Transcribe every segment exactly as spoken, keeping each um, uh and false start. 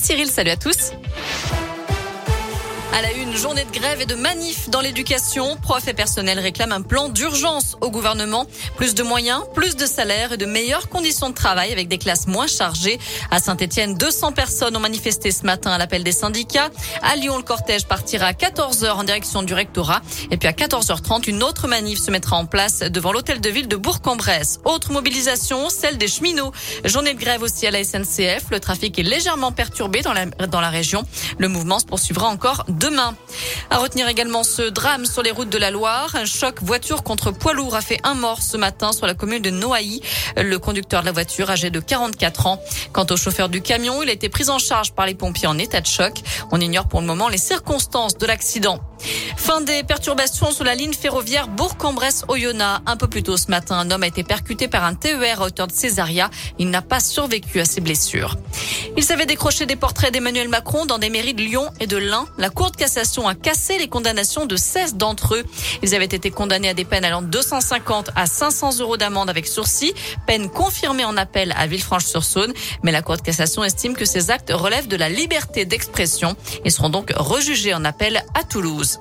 Cyril, salut à tous. À la une, journée de grève et de manif dans l'éducation. Profs et personnels réclament un plan d'urgence au gouvernement. Plus de moyens, plus de salaires et de meilleures conditions de travail avec des classes moins chargées. À Saint-Etienne, deux cents personnes ont manifesté ce matin à l'appel des syndicats. À Lyon, le cortège partira à quatorze heures en direction du rectorat. Et puis à quatorze heures trente, une autre manif se mettra en place devant l'hôtel de ville de Bourg-en-Bresse. Autre mobilisation, celle des cheminots. Journée de grève aussi à la S N C F. Le trafic est légèrement perturbé dans la, dans la région. Le mouvement se poursuivra encore demain. À retenir également ce drame sur les routes de la Loire. Un choc voiture contre poids lourd a fait un mort ce matin sur la commune de Noailly. Le conducteur de la voiture, âgé de quarante-quatre ans. Quant au chauffeur du camion, il a été pris en charge par les pompiers en état de choc. On ignore pour le moment les circonstances de l'accident. Fin des perturbations sur la ligne ferroviaire Bourg-en-Bresse-Oyonnax. Un peu plus tôt ce matin, un homme a été percuté par un T E R à hauteur de Césaria. Il n'a pas survécu à ses blessures. Il savait décrocher des portraits d'Emmanuel Macron dans des mairies de Lyon et de l'Ain. La Cour de cassation a cassé les condamnations de seize d'entre eux. Ils avaient été condamnés à des peines allant de deux cent cinquante à cinq cents euros d'amende avec sursis. Peine confirmée en appel à Villefranche-sur-Saône. Mais la Cour de cassation estime que ces actes relèvent de la liberté d'expression et seront donc rejugés en appel à Toulouse.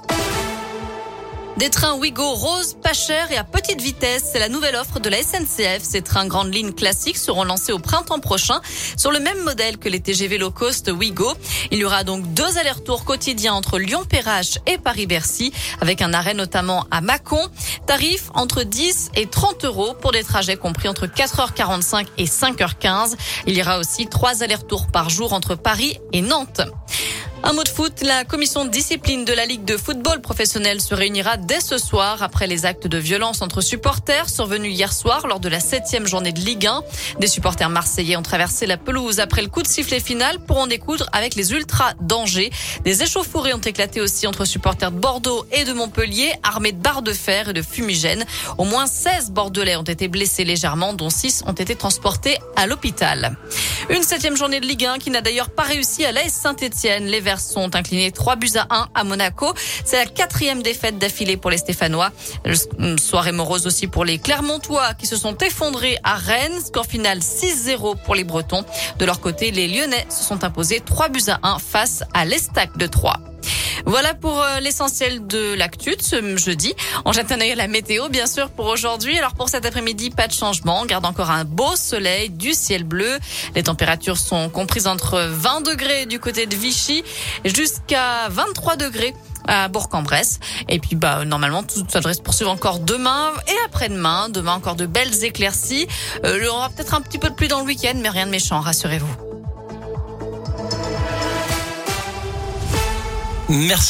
Des trains Ouigo roses, pas chers et à petite vitesse. C'est la nouvelle offre de la S N C F. Ces trains grandes lignes classiques seront lancés au printemps prochain sur le même modèle que les T G V low cost Ouigo. Il y aura donc deux allers-retours quotidiens entre Lyon-Perrache et Paris-Bercy avec un arrêt notamment à Mâcon. Tarif entre dix et trente euros pour des trajets compris entre quatre heures quarante-cinq et cinq heures quinze. Il y aura aussi trois allers-retours par jour entre Paris et Nantes. Un mot de foot, la commission de discipline de la Ligue de football professionnel se réunira dès ce soir après les actes de violence entre supporters survenus hier soir lors de la septième journée de Ligue un. Des supporters marseillais ont traversé la pelouse après le coup de sifflet final pour en découdre avec les ultras d'Angers. Des échauffourées ont éclaté aussi entre supporters de Bordeaux et de Montpellier, armés de barres de fer et de fumigènes. Au moins seize Bordelais ont été blessés légèrement, dont six ont été transportés à l'hôpital. Une septième journée de Ligue un qui n'a d'ailleurs pas réussi à l'A S Saint-Etienne. Les Verts sont inclinés trois buts à un à Monaco. C'est la quatrième défaite d'affilée pour les Stéphanois. Une soirée morose aussi pour les Clermontois qui se sont effondrés à Rennes. Score final six zéro pour les Bretons. De leur côté, les Lyonnais se sont imposés trois buts à un face à l'Estac de Troyes. Voilà pour l'essentiel de l'actu de ce jeudi. On jette un œil à la météo, bien sûr, pour aujourd'hui. Alors pour cet après-midi, pas de changement. On garde encore un beau soleil, du ciel bleu. Les températures sont comprises entre vingt degrés du côté de Vichy jusqu'à vingt-trois degrés à Bourg-en-Bresse. Et puis, bah, normalement, tout ça devrait se poursuivre encore demain et après-demain. Demain, encore de belles éclaircies. Euh, on aura peut-être un petit peu de pluie dans le week-end, mais rien de méchant, rassurez-vous. Merci.